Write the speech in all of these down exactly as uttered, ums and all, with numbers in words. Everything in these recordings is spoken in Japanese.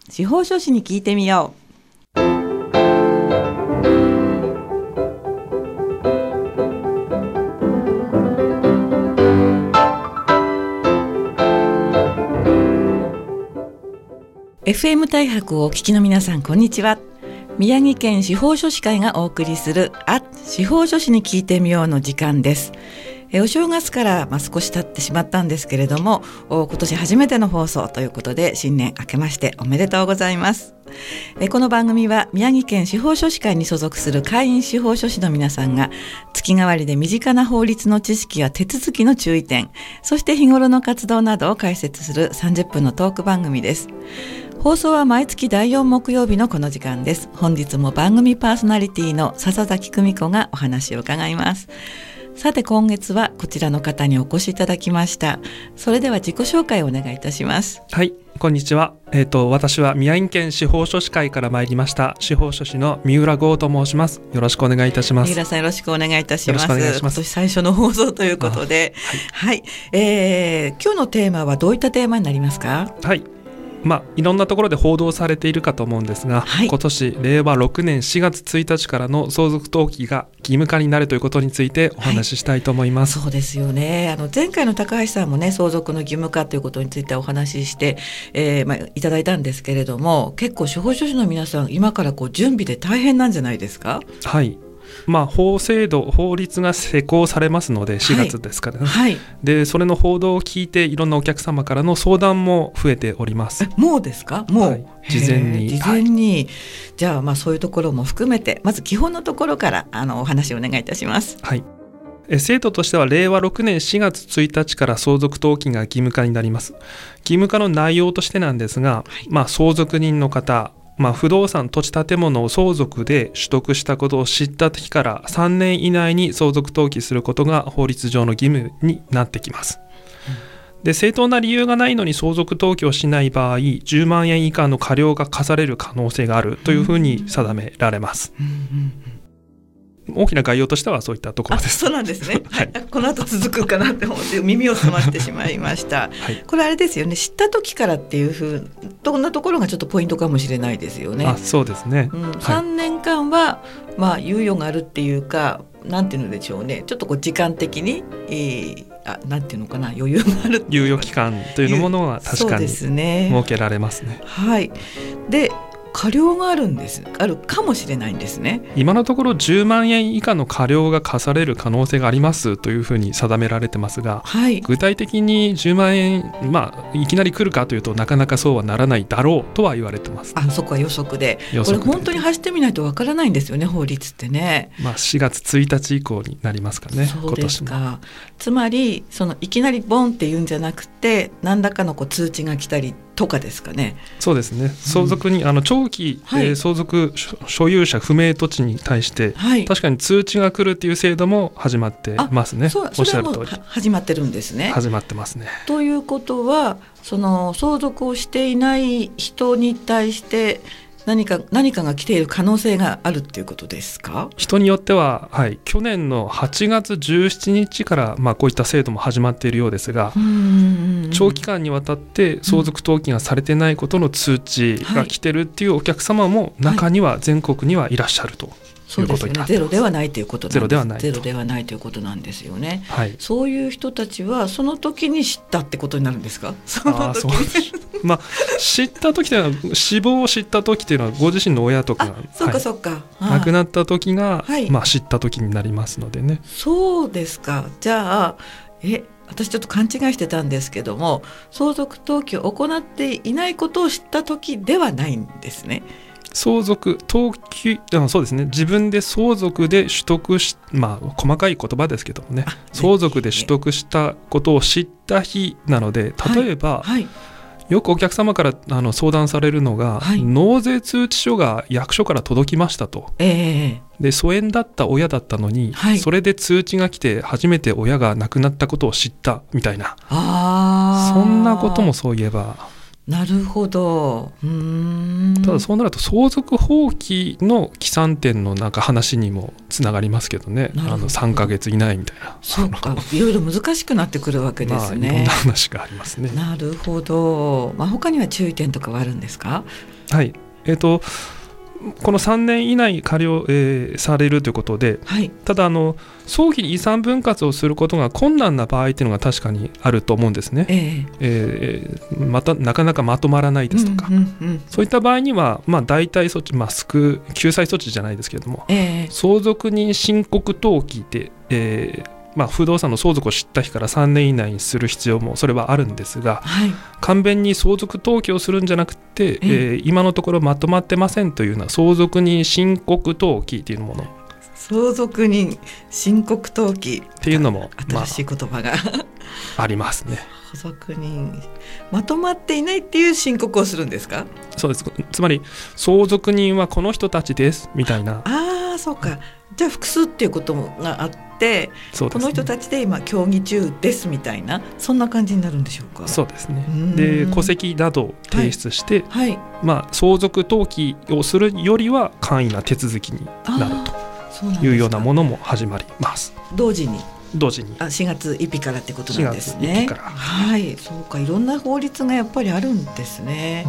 司法書士に聞いてみよう。エフエム 大白をお聞きの皆さん、こんにちは。宮城県司法書士会がお送りするあ司法書士に聞いてみようの時間です。えお正月から、まあ、少し経ってしまったんですけれども、今年初めての放送ということで、新年明けましておめでとうございます。えこの番組は宮城県司法書士会に所属する会員司法書士の皆さんが、月替わりで身近な法律の知識や手続きの注意点、そして日頃の活動などを解説するさんじゅっぷんのトーク番組です。放送は毎月だいよん木曜日のこの時間です。本日も番組パーソナリティの笹崎久美子がお話を伺います。さて、今月はこちらの方にお越しいただきました。それでは自己紹介をお願いいたします。 はい、こんにちは。えーと、私は宮城県司法書士会から参りました司法書士の三浦剛と申します。よろしくお願いいたします。 三浦さん、よろしくお願いいたします。 よろしくお願いします。 今年最初の放送ということで、はい、はい、えー、今日のテーマはどういったテーマになりますか？ はい、まあ、いろんなところで報道されているかと思うんですが、はい、今年れいわろくねんしがつついたちからの相続登記が義務化になるということについてお話ししたいと思います。 はい、そうですよね。あの前回の高橋さんもね、相続の義務化ということについてお話しして、えーまあ、いただいたんですけれども、結構司法書士の皆さん、今からこう準備で大変なんじゃないですか？ はい、まあ、法制度法律が施行されますのでしがつですからね、はいはい、でそれの報道を聞いていろんなお客様からの相談も増えております。 えもうですか？もう、はい、 事前に事前に、はい、じゃあ、まあそういうところも含めて、まず基本のところからあのお話をお願いいたします。 はい、え制度としてはれいわろくねんしがつついたちから相続登記が義務化になります。義務化の内容としてなんですが、はい、まあ、相続人の方、まあ、不動産土地建物を相続で取得したことを知った時からさんねん以内に相続登記することが法律上の義務になってきます。うん、で正当な理由がないのに相続登記をしない場合、じゅうまんえん以下の過料が課される可能性があるというふうに定められます。うんうんうん、大きな概要としてはそういったところです。 あ、そうなんですね。はい、この後続くかなって思って耳を澄ましてしまいました。はい、これあれですよね、知った時からっていうふうどんなところがちょっとポイントかもしれないですよね。 あ、そうですね。 うん、さんねんかんは、まあ、猶予があるっていうか、なんていうのでしょうね、ちょっとこう時間的に、えー、あなんていうのかな、余裕がある猶予期間というものは確かに設けられますね。 はい、で過料があるんですあるかもしれないんですね。 今のところじゅうまんえん以下の過料が課される可能性がありますというふうに定められてますが、はい、具体的にじゅうまんえん、まあ、いきなり来るかというとなかなかそうはならないだろうとは言われてます。 あ、そこは予測で、予測でこれ本当に走ってみないとわからないんですよね、法律ってね。 まあ、しがつついたち以降になりますかね。 そうですか。今年もつまりそのいきなりボンって言うんじゃなくて、何らかのこう通知が来たりとかですかね。 そうですね。相続に、うん、あの長期、はい、えー、相続所有者不明土地に対して、はい、確かに通知が来るっていう制度も始まってますね。 そう、それはもう始まってるんですね。 始まってますね。 ということは、その相続をしていない人に対して何か何かが来ている可能性があるっていうことですか？ 人によっては、はい、去年のはちがつじゅうしちにちから、まあ、こういった制度も始まっているようですが、長期間にわたって相続登記がされてないことの通知が来てるっていうお客様も中には全国にはいらっしゃると。 そうですよね。ゼロではないということなんです。 ゼロではないゼロではないということなんですよね。 はい、 そういう人たちはその時に知ったってことになるんですか？その時にまあ、知った時というのは、死亡を知った時というのはご自身の親とかが、 そうかそうか、 はい、亡くなった時が、はい、まあ、知った時になりますのでね。 そうですか。じゃあえ私ちょっと勘違いしてたんですけども、相続登記を行っていないことを知った時ではないんですね。 相続登記、そうですね、自分で相続で取得し、まあ細かい言葉ですけどもね、相続で取得したことを知った日なので、例えば、はいはい、よくお客様からあの相談されるのが、はい、納税通知書が役所から届きましたと、えー、で疎遠だった親だったのに、はい、それで通知が来て初めて親が亡くなったことを知ったみたいな、あそんなこともそういえばなるほど。うーん。 ただそうなると相続放棄の起算点のなんか話にもつながりますけどね。あのさんかげつ以内みたいな。 そうか、いろいろ難しくなってくるわけですね。 まあ、いろんな話がありますね。 なるほど。まあ、他には注意点とかはあるんですか？ はい、えーとこのさんねん以内仮を、えー、されるということで、はい、ただあの早期に遺産分割をすることが困難な場合というのが確かにあると思うんですね、えーえー、またなかなかまとまらないですとか、うんうんうん、そういった場合には、まあ、代替措置、まあ、救救済措置じゃないですけれども、えー、相続人申告登記で、えーまあ、不動産の相続を知った日からさんねん以内にする必要もそれはあるんですが、はい、簡便に相続登記をするんじゃなくて、えー、今のところまとまってませんというような相続人申告登記というもの、 相続人申告登記っていうのも新しい言葉が、まあ、ありますね。 相続人まとまっていないっていう申告をするんですか？ そうです。つまり相続人はこの人たちですみたいな。 ああ、そうか。じゃあ複数っていうことがあって、そうですね、この人たちで今協議中ですみたいな、そんな感じになるんでしょうか？ そうですね。で、戸籍などを提出して、はいはい、まあ、相続登記をするよりは簡易な手続きになるというようなものも始まります。 同時に同時にあしがつついたちからってことなんですね。しがつついたちから、はい、そうか、いろんな法律がやっぱりあるんですね、うん、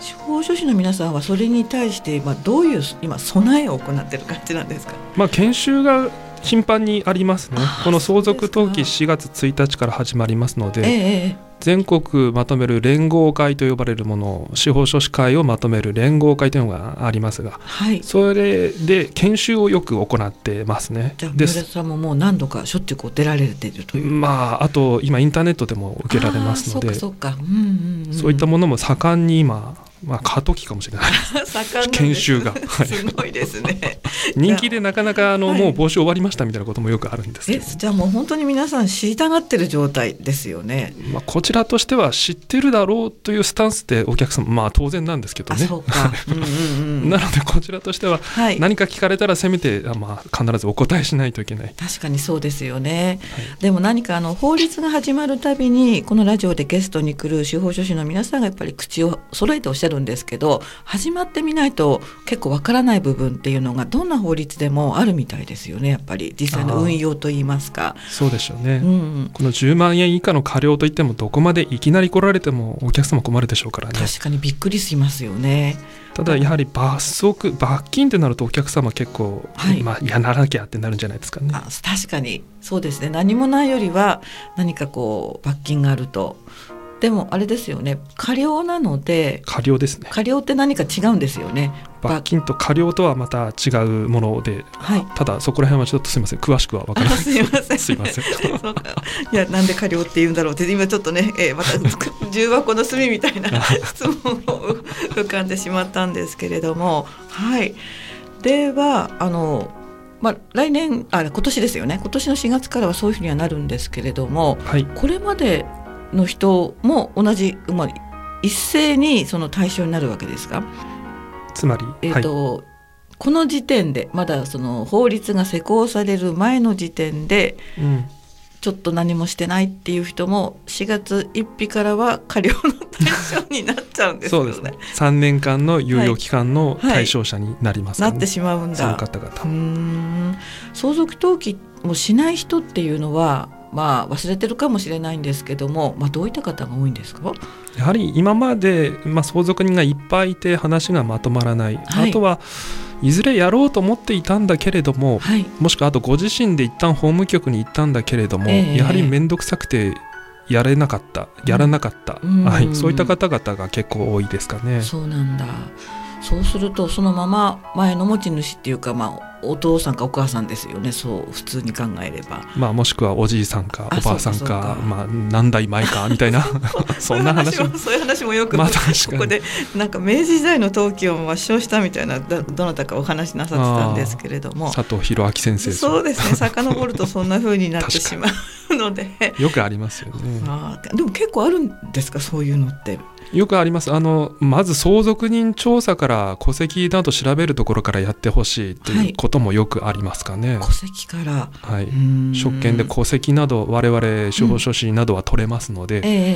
司法書士の皆さんはそれに対して、まあ、どういう今備えを行っている感じなんですか？ まあ、研修が頻繁にありますね。この相続登記しがつついたちから始まりますので、ええ、全国まとめる連合会と呼ばれるもの、司法書士会をまとめる連合会というのがありますが、はい、それで研修をよく行ってますね。 じゃあ三浦さんももう何度かしょっちゅうこう出られているという、 まあ、あと今インターネットでも受けられますので、そうかそうか、うんうんうん、そういったものも盛んに今、まあ、過渡期かもしれないです研修がすごいですね人気でなかなかあの、はい、もう募集終わりましたみたいなこともよくあるんですけど、 えじゃあもう本当に皆さん知りたがってる状態ですよね。 まあ、こちらとしては知ってるだろうというスタンスでお客様、まあ当然なんですけどね。あ、そうかうんうん、うん、なのでこちらとしては何か聞かれたらせめて、まあ、必ずお答えしないといけない。 確かにそうですよね、はい、でも何かあの法律が始まるたびにこのラジオでゲストに来る司法書士の皆さんがやっぱり口を揃えておっしゃるんですけど、始まってみないと結構わからない部分っていうのがどんな法律でもあるみたいですよね。やっぱり実際の運用といいますか。 そうでしょうね、うん、このじゅうまんえん以下の過料といってもどこまでいきなり来られてもお客様困るでしょうからね。 確かにびっくりしますよね。 ただやはり罰則罰金ってなるとお客様結構、はいまあ、いやならなきゃってなるんじゃないですかね。 あ、確かにそうですね。何もないよりは何かこう罰金があると。でもあれですよね、過料なので。 過料ですね。 過料って何か違うんですよね。 罰金と過料とはまた違うもので、はい、ただそこら辺はちょっとすみません、詳しくは分からないです。すいませんすいませんそうか、いやなんで過料って言うんだろうって今ちょっとね、えー、また重箱の隅みたいな質問を浮かんでしまったんですけれども、はい、ではあのまあ、来年あ今年ですよね、今年のしがつからはそういうふうにはなるんですけれども、はい、これまでの人も同じ、まあ、一斉にその対象になるわけですか？ つまり、 えーとはい、この時点でまだその法律が施行される前の時点で、うん、ちょっと何もしてないっていう人もしがつついたちからは過料の対象になっちゃうんですよね。 そうですね、さんねんかんの猶予期間の対象者になります、ねはいはい、 なってしまうんだ。 その方々。 うーん相続登記もしない人っていうのはまあ、忘れてるかもしれないんですけども、まあ、どういった方が多いんですか？ やはり今まで、まあ、相続人がいっぱいいて話がまとまらない、はい、あとはいずれやろうと思っていたんだけれども、はい、もしくはあとご自身で一旦法務局に行ったんだけれども、えー、やはり面倒くさくてやれなかったやらなかった、うんはい、そういった方々が結構多いですかね。 そうなんだ。そうするとそのまま前の持ち主っていうか、まあ、お父さんかお母さんですよね。そう普通に考えれば、 まあ、もしくはおじいさんかおばあさん か, か、まあ、何代前かみたいなそんな話もそういう話もよく、 まあ、ここでなんか明治時代の登記を抹消したみたいな ど, どなたかお話なさってたんですけれども、 佐藤弘明先生。 そうですね、遡るとそんな風になってしまうのでよくありますよね。 あでも結構あるんですか、そういうのって。 よくあります。あのまず相続人調査から戸籍など調べるところからやってほしいということもよくありますかね、 はい、戸籍から、 はい、職権で戸籍など我々司法書士などは取れますので、うんえ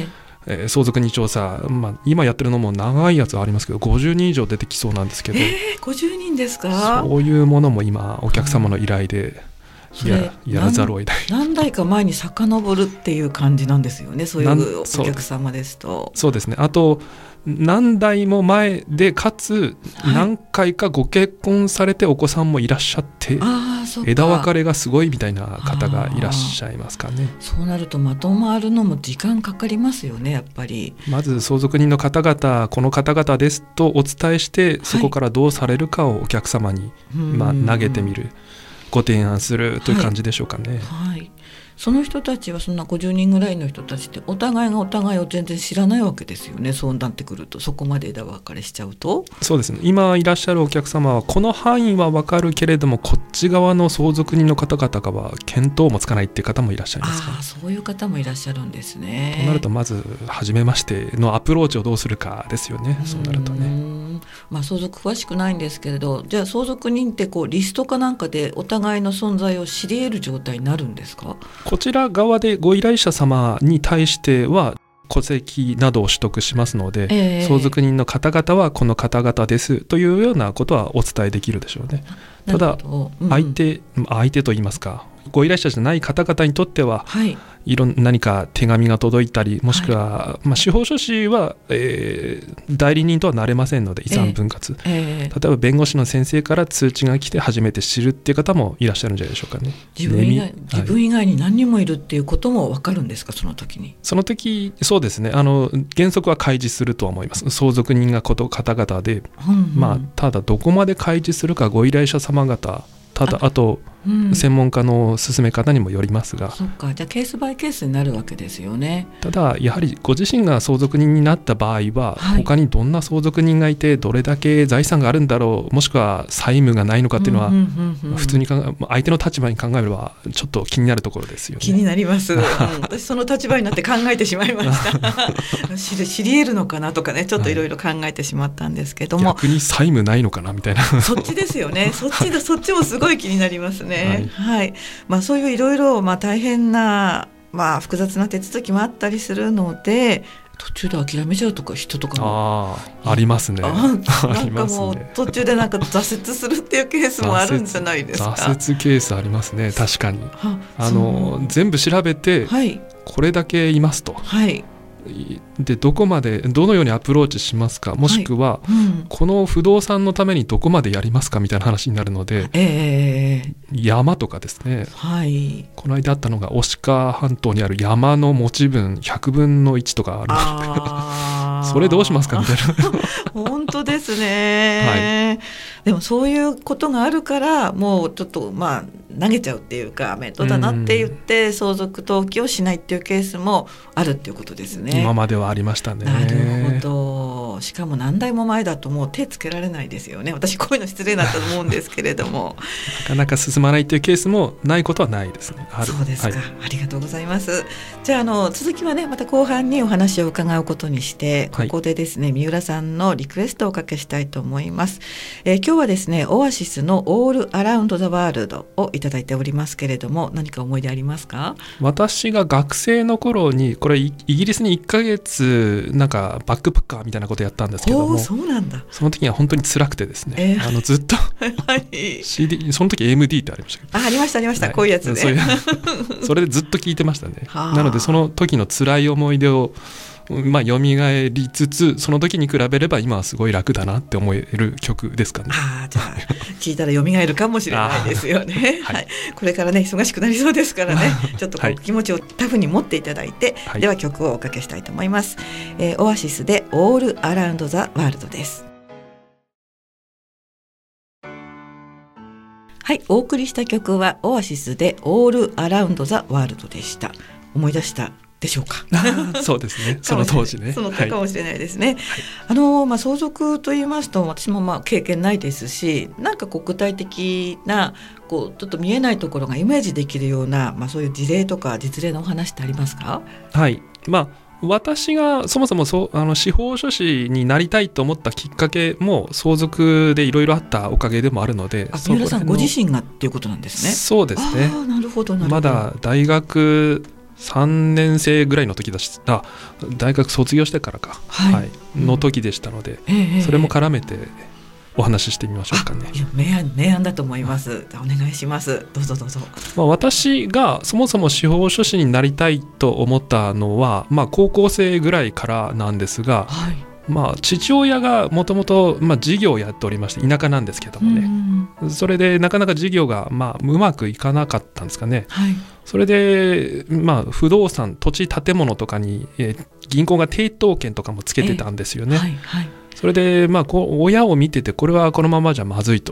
えー、相続人調査、まあ、今やってるのも長いやつはありますけどごじゅうにん以上出てきそうなんですけど、 えー、ごじゅうにんですか？ そういうものも今お客様の依頼でや、やらざるを得ない。 何代か前に遡るっていう感じなんですよね、そういうお客様ですと。 そうですね。あと何代も前でかつ何回かご結婚されてお子さんもいらっしゃって、はい、枝分かれがすごいみたいな方がいらっしゃいますかね。 そうなるとまとまるのも時間かかりますよね、やっぱり。 まず相続人の方々この方々ですとお伝えして、はい、そこからどうされるかをお客様に、まあ、投げてみる、ご提案するという感じでしょうかね。 はいはい、その人たちはそんなごじゅうにんぐらいの人たちってお互いがお互いを全然知らないわけですよね。そうなってくると、そこまで枝分かれしちゃうと。 そうですね。今いらっしゃるお客様はこの範囲は分かるけれどもこっち側の相続人の方々がは見当もつかないっていう方もいらっしゃいますから。 あ、そういう方もいらっしゃるんですね。 となるとまず初めましてのアプローチをどうするかですよね。そうなるとね。 まあ、相続詳しくないんですけれど、じゃあ相続人ってこうリストかなんかでお互いの存在を知り得る状態になるんですか？ こちら側でご依頼者様に対しては戸籍などを取得しますので、えー、相続人の方々はこの方々ですというようなことはお伝えできるでしょうね。ただ、うんうん、相手、相手といいますかご依頼者じゃない方々にとっては、はい、いろん何か手紙が届いたりもしくは、はいまあ、司法書士は、えー、代理人とはなれませんので遺産分割、えーえー、例えば弁護士の先生から通知が来て初めて知るっていう方もいらっしゃるんじゃないでしょうかね。 自分以外、自分以外に何人もいるっていうことも分かるんですか、その時に。 その時そうですね、あの原則は開示するとは思います。相続人がこと方々で、うんうんまあ、ただどこまで開示するかご依頼者様方ただ あ, あと、うん、専門家の進め方にもよりますが、 そっか、じゃあケースバイケースになるわけですよね。 ただやはりご自身が相続人になった場合は、はい、他にどんな相続人がいてどれだけ財産があるんだろうもしくは債務がないのかっていうのは、うんうんうんうん、普通に考え相手の立場に考えればちょっと気になるところですよね。 気になります、うん、私その立場になって考えてしまいました知り、知り得るのかなとかね、ちょっといろいろ考えてしまったんですけども、 逆に債務ないのかなみたいなそっちですよね。そっちだ、そっちもすごい気になりますね。はい、はいまあ、そういういろいろ大変な、まあ、複雑な手続きもあったりするので途中で諦めちゃうとか人とかもあ, ありますね。 なんかもう途中でなんか挫折するっていうケースもあるんじゃないですか。 挫折ケースありますね。確かにあの全部調べて、はい、これだけいますと、はいでどこまでどのようにアプローチしますかもしくは、はいうん、この不動産のためにどこまでやりますかみたいな話になるので、えー、山とかですね、はい、この間あったのが牡鹿半島にある山の持ち分ひゃくぶんのいちとかあるのでそれどうしますかみたいな本当ですね、はい、でもそういうことがあるからもうちょっとまあ投げちゃうっていうか面倒だなって言って相続登記をしないっていうケースもあるっていうことですね。 今まではありましたね。 なるほど。しかも何代も前だともう手つけられないですよね。私こういうの失礼だと思うんですけれどもなかなか進まないというケースもないことはないですね。ある。 そうですか、 はい、 ありがとうございます。じゃあ、 あの続きはねまた後半にお話を伺うことにしてここでですね、はい、三浦さんのリクエストをおかけしたいと思います。えー、今日はですねオアシスのオールアラウンドザワールドをいただいておりますけれども、何か思い出ありますか？ 私が学生の頃にこれイギリスにいっかげつなんかバックパッカーみたいなことやったんですけども、 そうなんだ。 その時には本当に辛くてですね、えー、あのずっと、はい、シーディー その時 エーエムディー ってありましたけど、 あ, ありましたありました、はい、こういうやつね。そういうそれでずっと聞いてましたねなのでその時の辛い思い出をまあ、蘇りつつその時に比べれば今はすごい楽だなって思える曲ですかね。 あ、じゃあ聞いたら蘇るかもしれないですよね、はいはい、これからね忙しくなりそうですからねちょっとこう気持ちをタフに持っていただいて、はい、では曲をおかけしたいと思います。えー、オアシスでオールアラウンドザワールドです。はい、お送りした曲はオアシスでオールアラウンドザワールドでした。思い出したでしょうか？ そうですねその当時ねそのかもしれないですね、はい、あのまあ、相続と言いますと私もまあ経験ないですし、なんかこう具体的なこうちょっと見えないところがイメージできるような、まあ、そういう事例とか実例のお話ってありますか？ はい、まあ私がそもそもそうあの司法書士になりたいと思ったきっかけも相続でいろいろあったおかげでもあるので、 あ、三浦さんご自身がっていうことなんですね。 そうですね。 あ、なるほどなるほど。 まだ大学さんねん生ぐらいの時だし、あ、大学卒業してからか、 はいはい、の時でしたので、 ええ、 それも絡めてお話ししてみましょうかね。 いや明暗明暗だと思います。お願いします。どうぞどうぞ。 まあ、私がそもそも司法書士になりたいと思ったのは、まあ、高校生ぐらいからなんですが、 はい、 まあ、父親がもともと事業をやっておりまして、田舎なんですけどもね、うん、それでなかなか事業が、まあ、うまくいかなかったんですかね、 はい、 それで、まあ、不動産土地建物とかに、えー、銀行が抵当権とかもつけてたんですよね、 えーはいはい、 それで、まあ、こう親を見ててこれはこのままじゃまずいと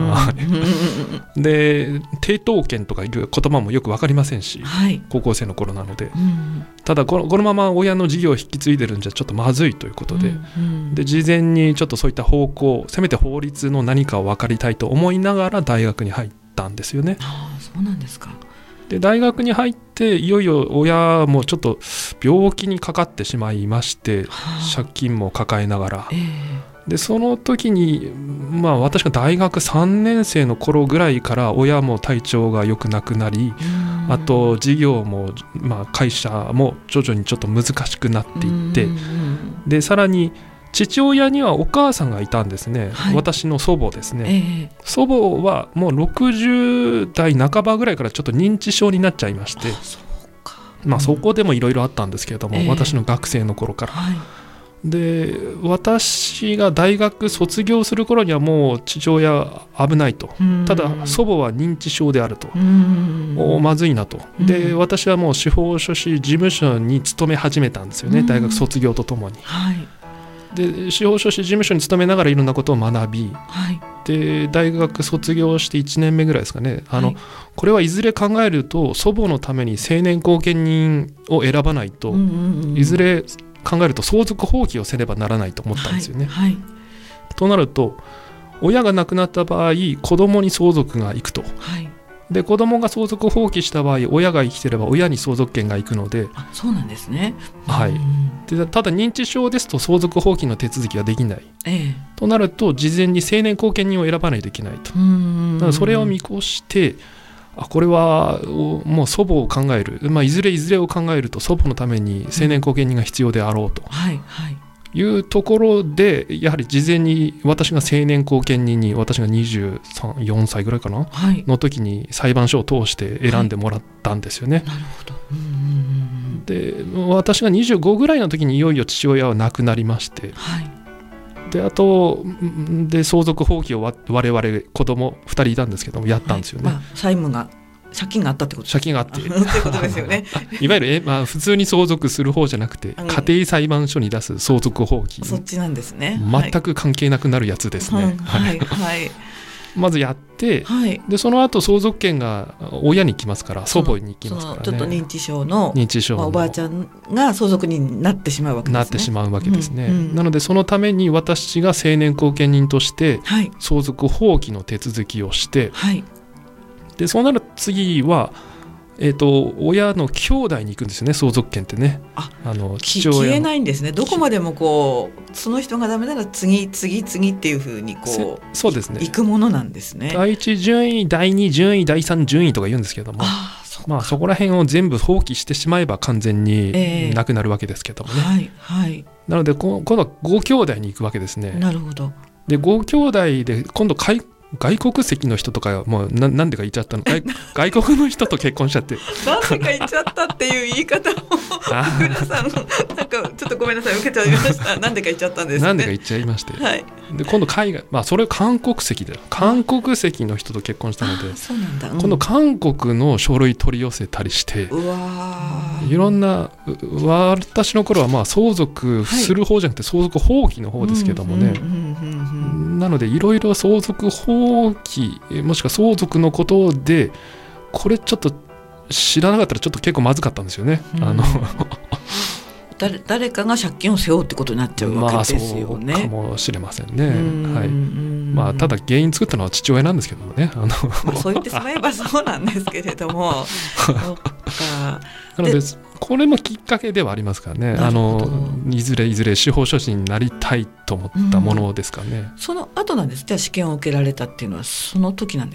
で抵当権とかいう言葉もよく分かりませんし、はい、高校生の頃なので、うん、ただこの、このまま親の事業を引き継いでるんじゃちょっとまずいということで、うんうん、で事前にちょっとそういった方向、せめて法律の何かを分かりたいと思いながら大学に入ったんですよね。 ああ、そうなんですか。 で大学に入っていよいよ親もちょっと病気にかかってしまいまして、はあ、借金も抱えながら、えー、でその時に、まあ、私が大学さんねん生の頃ぐらいから親も体調が良くなくなり、あと事業も、まあ、会社も徐々にちょっと難しくなっていって、でさらに父親にはお母さんがいたんですね、はい、私の祖母ですね、えー、祖母はもうろくじゅう代半ばぐらいからちょっと認知症になっちゃいまして、あ、そうか、まあ、そこでもいろいろあったんですけれども、えー、私の学生の頃から、はい、で私が大学卒業する頃にはもう父親危ないと、ただ祖母は認知症であると、おまずいなと、で私はもう司法書士事務所に勤め始めたんですよね、大学卒業とともに、はい、で司法書士事務所に勤めながらいろんなことを学び、はい、で大学卒業していちねんめぐらいですかね、あの、はい、これはいずれ考えると祖母のために成年後見人を選ばないと、うんうんうん、いずれ考えると相続放棄をせねばならないと思ったんですよね、はいはい、となると親が亡くなった場合子供に相続がいくと、はい、で子供が相続放棄した場合親が生きてれば親に相続権がいくので、 あ、そうなんですね、 はい、でただ認知症ですと相続放棄の手続きができない、ええ、となると事前に成年後見人を選ばないといけないと、だからそれを見越してあこれはもう祖母を考える、まあ、いずれいずれを考えると祖母のために成年後見人が必要であろうと、はいはい、いうところでやはり事前に私が成年後見人に私がにじゅうさん、よんさいぐらいかな、はい、の時に裁判所を通して選んでもらったんですよね、はい、なるほど、うんうんうん、で私がにじゅうごぐらいの時にいよいよ父親は亡くなりまして、はい、であとで相続放棄を我々子供ふたりいたんですけどもやったんですよね、はい、まあ、 債務が借金があったってこと借金があってということですよねいわゆるえ、まあ、普通に相続する方じゃなくて家庭裁判所に出す相続放棄、 そっちなんですね、 全く関係なくなるやつですね、 はいはい、まずやって、はい、でその後相続権が親に来ますから祖母に来ますからね、 ちょっと認知症の、 認知症の、 まあ、おばあちゃんが相続人になってしまうわけですねなってしまうわけですね、うんうん、なのでそのために私が成年後見人として相続放棄の手続きをして、はい、でそうなる次はえー、と親の兄弟に行くんですよね、相続権ってね。 ああの父親消えないんですね。どこまでもこうその人がダメなら次次次っていう風にこうそうですね、 行くものなんですね。 だいいち順位だいに順位だいさん順位とか言うんですけども、あ そ, まあ、そこら辺を全部放棄してしまえば完全になくなるわけですけどもね、えーはいはい、なので今度はご兄弟に行くわけですね。 なるほど。 でご兄弟で今度外外国籍の人とかもう な, なんでか言っちゃったの 外, 外国の人と結婚しちゃってなんでか言っちゃったっていう言い方を皆さんなんかちょっとごめんなさい受けちゃいましたなんでか言っちゃったんですね。 なんでか言っちゃいまして、 はい、 で今度海外、まあ、それ韓国籍で韓国籍の人と結婚したので、 そうなんだ、うん、 今度韓国の書類取り寄せたりして、うわいろんな私の頃はまあ相続する方じゃなくて相続放棄の方ですけどもね、なのでいろいろ相続放棄もしくは相続のことでこれちょっと知らなかったらちょっと結構まずかったんですよね、うん、あの誰, 誰かが借金を背負うってことになっちゃうわけですよね。 まあそうかもしれませんね、はい、まあ、ただ原因作ったのは父親なんですけどもね、あの、まあ、そう言ってしまえばそうなんですけれどもそっか。 なのでこれもきっかけではありますからね、あのいずれいずれ司法書士になりたいと思ったものですかね、 うん、その後なんです。じゃあ試験を受けられたっていうのはその時なんですか。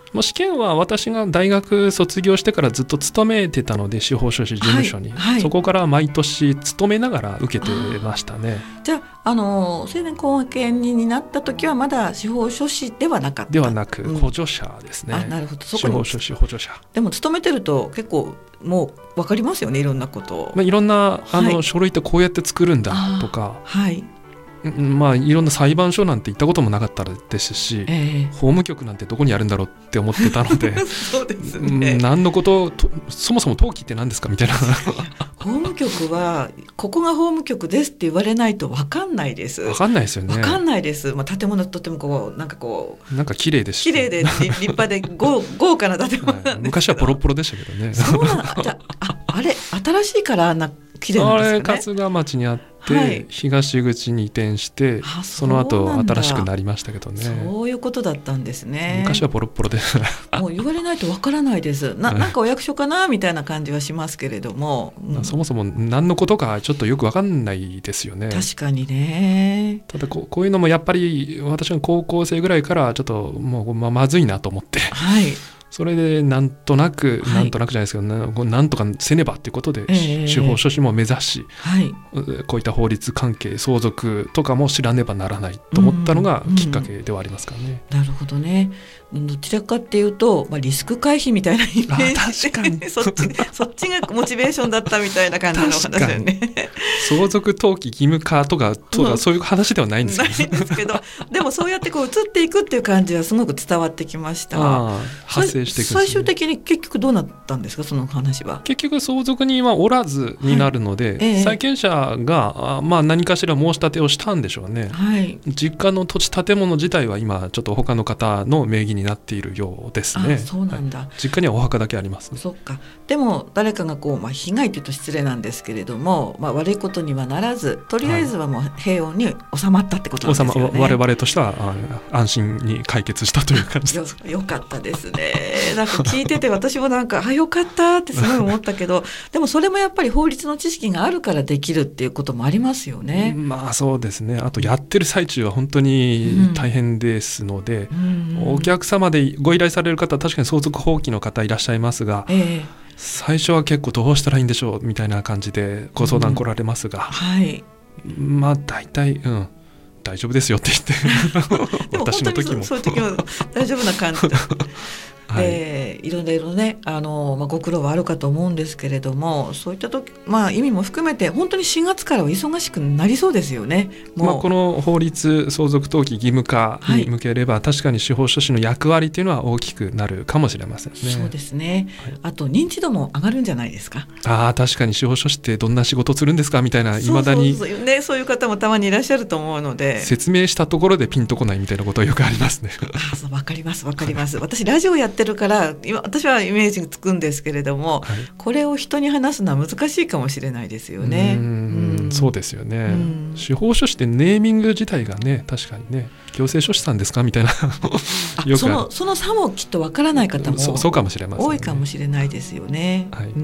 もう試験は私が大学卒業してからずっと勤めてたので、司法書士事務所に、 はいはい、 そこから毎年勤めながら受けてましたね。 じゃあ、あの成年後見人になった時はまだ司法書士ではなかった。 ではなく、うん、補助者ですね。 あ、なるほど。そこに司法書士補助者。 でも勤めてると結構もう分かりますよね、いろんなことを。 まあ、いろんなあの、はい、書類ってこうやって作るんだとか、 はい、 まあ、いろんな裁判所なんて行ったこともなかったですし、 えー、 法務局なんてどこにあるんだろうって思ってたのでそうですね、 何のこととそもそも登記って何ですかみたいな法務局はここが法務局ですって言われないと分かんないです。 分かんないですよね。 分かんないです、まあ、建物とってもこうなんかこうなんか綺麗でし綺麗で立派で豪, 豪華な建物なんですけど、はい、 昔はポロポロでしたけどね。 そうなんじゃ あ, あれ新しいからあんな綺麗なんですかね。 あれ春日町にあって、はい、東口に移転して、その後新しくなりましたけどね。 そういうことだったんですね。 昔はポロポロでもう言われないとわからないです。 な, なんかお役所かなみたいな感じはしますけれども、 うん、そもそも何のことかちょっとよくわかんないですよね。 確かにね。 ただ こ, こういうのもやっぱり私が高校生ぐらいからちょっともう ま, まずいなと思って、 はい、 それでなんとなく、 はい、 なんとなくじゃないですけど、な, なんとかせねばということで、えー、司法書士も目指し、はい、こういった法律関係相続とかも知らねばならないと思ったのがきっかけではありますからね、 うんうん、なるほどね。どちらかっていうと、まあ、リスク回避みたいなイメージ。 確かにそっちそっちがモチベーションだったみたいな感じの話だよね。 相続登記義務化とか、とかそういう話ではないんですけど、 ないんですけどでもそうやってこう移っていくっていう感じはすごく伝わってきました。 あ、発生していくんですね。 最終的に結局どうなったんですか、その話は。 結局相続人はおらずになるので、はい、えー、債権者が、まあ、何かしら申し立てをしたんでしょうね、はい、実家の土地建物自体は今ちょっと他の方の名義になっているようですね。 あ、そうなんだ、 はい、実家にはお墓だけありますね。 そっか。でも誰かがこう、まあ、被害というと失礼なんですけれども、まあ、悪いことにはならず、とりあえずはもう平穏に収まったってことなんですよね、 はい、我々としては安心に解決したという感じです。 よ, よかったですね。なんか聞いてて私もなんかあよかったってすごい思ったけどでもそれもやっぱり法律の知識があるからできるっていうこともありますよね。 まあそうですね。あとやってる最中は本当に大変ですので、うんうん、お客様でご依頼される方は確かに相続放棄の方いらっしゃいますが、えー、最初は結構どうしたらいいんでしょうみたいな感じでご相談来られますが、うん、はい、まあ大体、うん、大丈夫ですよって言って私の時もそういう時も大丈夫な感じではい、えー、いろいろねあの、まあ、ご苦労はあるかと思うんですけれども、そういった時、まあ、意味も含めて本当にしがつからは忙しくなりそうですよね。もう、 まあ、この法律相続登記義務化に向ければ、はい、確かに司法書士の役割というのは大きくなるかもしれませんね。 そうですね、はい、あと認知度も上がるんじゃないですか。 あ、確かに司法書士ってどんな仕事するんですかみたいな、いまだにそうそうそう、ね、そういう方もたまにいらっしゃると思うので、 説明したところでピンとこないみたいなことはよくありますね。 あ、そう、わかりますわかります。私ラジオやってるから今私はイメージがつくんですけれども、はい、これを人に話すのは難しいかもしれないですよね。 うん、うん、そうですよね。司法書士ってネーミング自体がね、確かにね、行政書士さんですかみたいなよくそのその差もきっとわからない方もそそうかもしれませんね。 多いかもしれないですよね。はい、うん、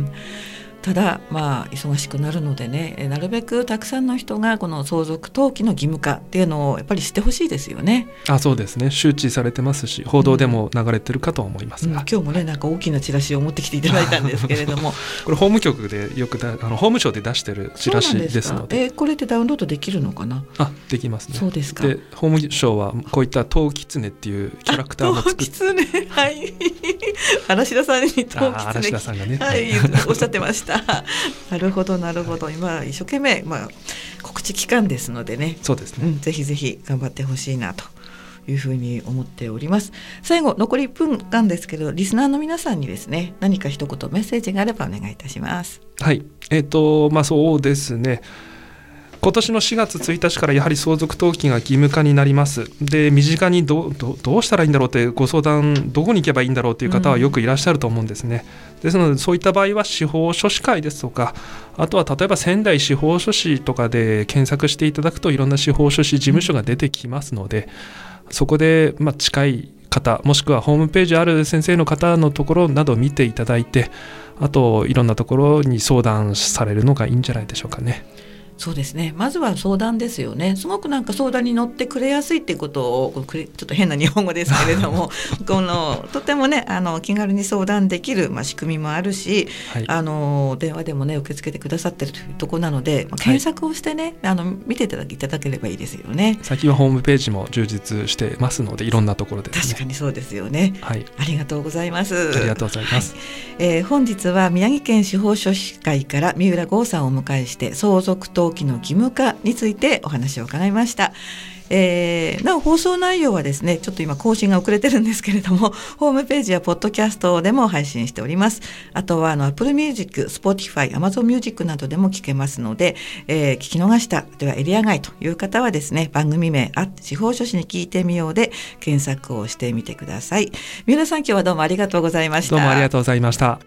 ただまあ忙しくなるのでね、なるべくたくさんの人がこの相続登記の義務化っていうのをやっぱりしてほしいですよね。 あ、そうですね。周知されてますし、報道でも流れてるかと思いますが、 うんうん、今日もねなんか大きなチラシを持ってきていただいたんですけれどもこれ法務局でよくだあの法務省で出してるチラシですので、 えー、これってダウンロードできるのかな。 あ、できますね。 そうですか。 で法務省はこういったトウキツネっていうキャラクターも作って、 トウキツネ、はい嵐田さんにトウキツネ、 嵐田さんがね、 はい、おっしゃってましたなるほどなるほど、今一生懸命、まあ、告知期間ですのでね、 そうですね、 うん、ぜひぜひ頑張ってほしいなというふうに思っております。最後残りいっぷんかんですけど、リスナーの皆さんにですね、何か一言メッセージがあればお願いいたします。 はい、えーとまあ、そうですね、今年のしがつついたちからやはり相続登記が義務化になります。で、身近に ど, ど, どうしたらいいんだろうってご相談、どこに行けばいいんだろうという方はよくいらっしゃると思うんですね、うん、ですのでそういった場合は司法書士会ですとか、あとは例えば仙台司法書士とかで検索していただくといろんな司法書士事務所が出てきますので、うん、そこでまあ近い方、もしくはホームページある先生の方のところなどを見ていただいて、あといろんなところに相談されるのがいいんじゃないでしょうかね。 そうですね、まずは相談ですよね。すごくなんか相談に乗ってくれやすいっていうことを、ちょっと変な日本語ですけれどもこのとてもねあの気軽に相談できる、まあ、仕組みもあるし、はい、あの電話でもね受け付けてくださってるというところなので、まあ、検索をしてね、はい、あの見ていただいただければいいですよね。 最近はホームページも充実してますので、いろんなところで、ね、 確かにそうですよね、はい、ありがとうございます。 ありがとうございます、 はい、えー、本日は宮城県司法書士会から三浦剛さんをお迎えして、相続登記の義務化についてお話を伺いました。えー、なお放送内容はですね、ちょっと今更新が遅れてるんですけれども、ホームページやポッドキャストでも配信しております。あとはあの Apple Music、Spotify、Amazon Music などでも聞けますので、えー、聞き逃したではエリア外という方はですね、番組名あ司法書士に聞いてみようで検索をしてみてください。三浦さん、今日はどうもありがとうございました。 どうもありがとうございました。